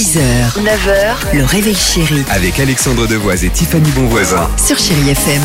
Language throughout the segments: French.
6h, 9h, le réveil chéri Avec Alexandre Devoise et Tiffany Bonvoisin. sur Chéri FM.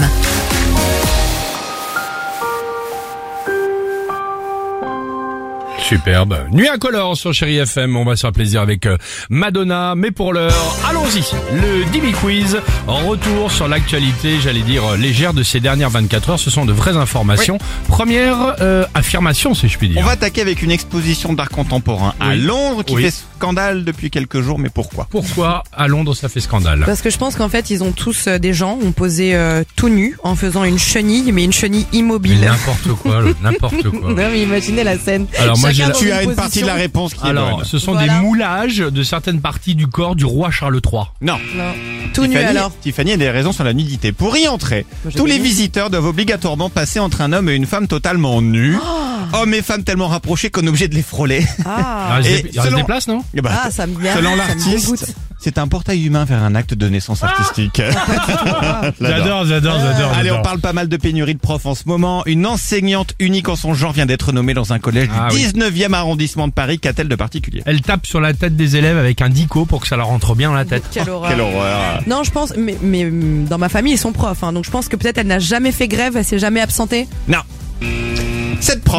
Superbe. Nuit incolore sur Chéri FM. On va se faire plaisir avec Madonna. Mais pour l'heure, allons-y. Le Divi Quiz. En retour sur l'actualité, j'allais dire légère de ces dernières 24 heures. Ce sont de vraies informations. Première affirmation, si je puis dire. On va attaquer avec une exposition d'art contemporain à Oui. Londres qui Oui. fait scandale depuis quelques jours, mais pourquoi? Pourquoi à Londres ça fait scandale? Parce que je pense qu'en fait, ils ont tous des gens ont posé tout nus en faisant une chenille, mais une chenille Mais immobile. n'importe quoi, n'importe quoi. Non mais imaginez la scène. Alors moi, Chacun j'ai dans Tu as une position. partie de la réponse qui est Alors, bonne. ce sont Voilà. des moulages de certaines parties du corps du roi Charles III. Non. Non. Tout nu Tiffany, alors. Tiffany a des raisons sur la nudité. Pour y entrer, Moi, j'ai tous les gagné. visiteurs doivent obligatoirement passer entre un homme et une femme totalement nus. Hommes et femmes tellement rapprochés qu'on est obligé de les frôler. Ah, Il Et reste selon- des places, non? Eh ben, ah ça me vient. selon ça me l'artiste, dégoûte. c'est un portail humain vers un acte de naissance artistique. J'adore. Allez, on parle pas mal de pénurie de profs en ce moment. Une enseignante unique en son genre vient d'être nommée dans un collège Ah du oui. 19e arrondissement de Paris. Qu'a-t-elle de particulier? Elle tape sur la tête des élèves avec un dico pour que ça leur rentre bien dans la tête. Quelle horreur. Quelle horreur. Non, je pense, mais dans ma famille, ils sont profs, hein, donc je pense que peut-être elle n'a jamais fait grève, elle s'est jamais absentée. Non. Cette prof,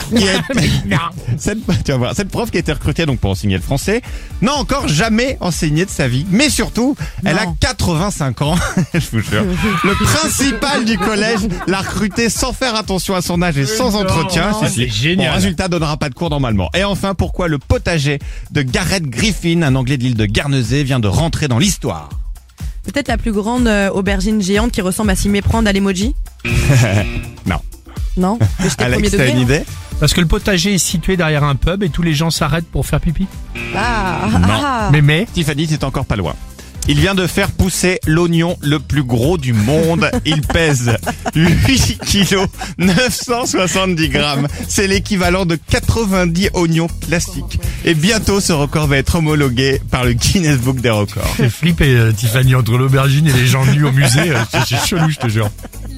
tu vas voir, cette prof qui a été recrutée donc pour enseigner le français, n'a encore jamais enseigné de sa vie. Mais surtout, elle a Non. 85 ans, je vous jure. Le principal du collège l'a recrutée sans faire attention à son âge et sans entretien. non, c'est génial. Bon, résultat, donnera pas de cours normalement. Et enfin, pourquoi le potager de Gareth Griffin, un Anglais de l'île de Guernesey, vient de rentrer dans l'histoire? Peut-être la plus grande aubergine géante qui ressemble à s'y méprendre à l'emoji. Non. Non, mais j'étais premier Alex, t'as degré. une idée? Parce que le potager est situé derrière un pub et tous les gens s'arrêtent pour faire pipi. Ah, Non. ah. Mais Tiffany, c'est encore pas loin. Il vient de faire pousser l'oignon le plus gros du monde. Il pèse 8 kilos 970 grammes. C'est l'équivalent de 90 oignons classiques. Et bientôt, ce record va être homologué par le Guinness Book des records. j'ai flippé, Tiffany, entre l'aubergine et les gens nus au musée. C'est chelou, je te jure.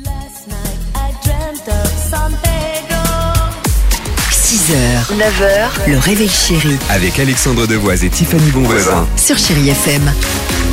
6h, 9h, le réveil chéri Avec Alexandre Devoise et Tiffany Bonvoisin. sur Chéri FM.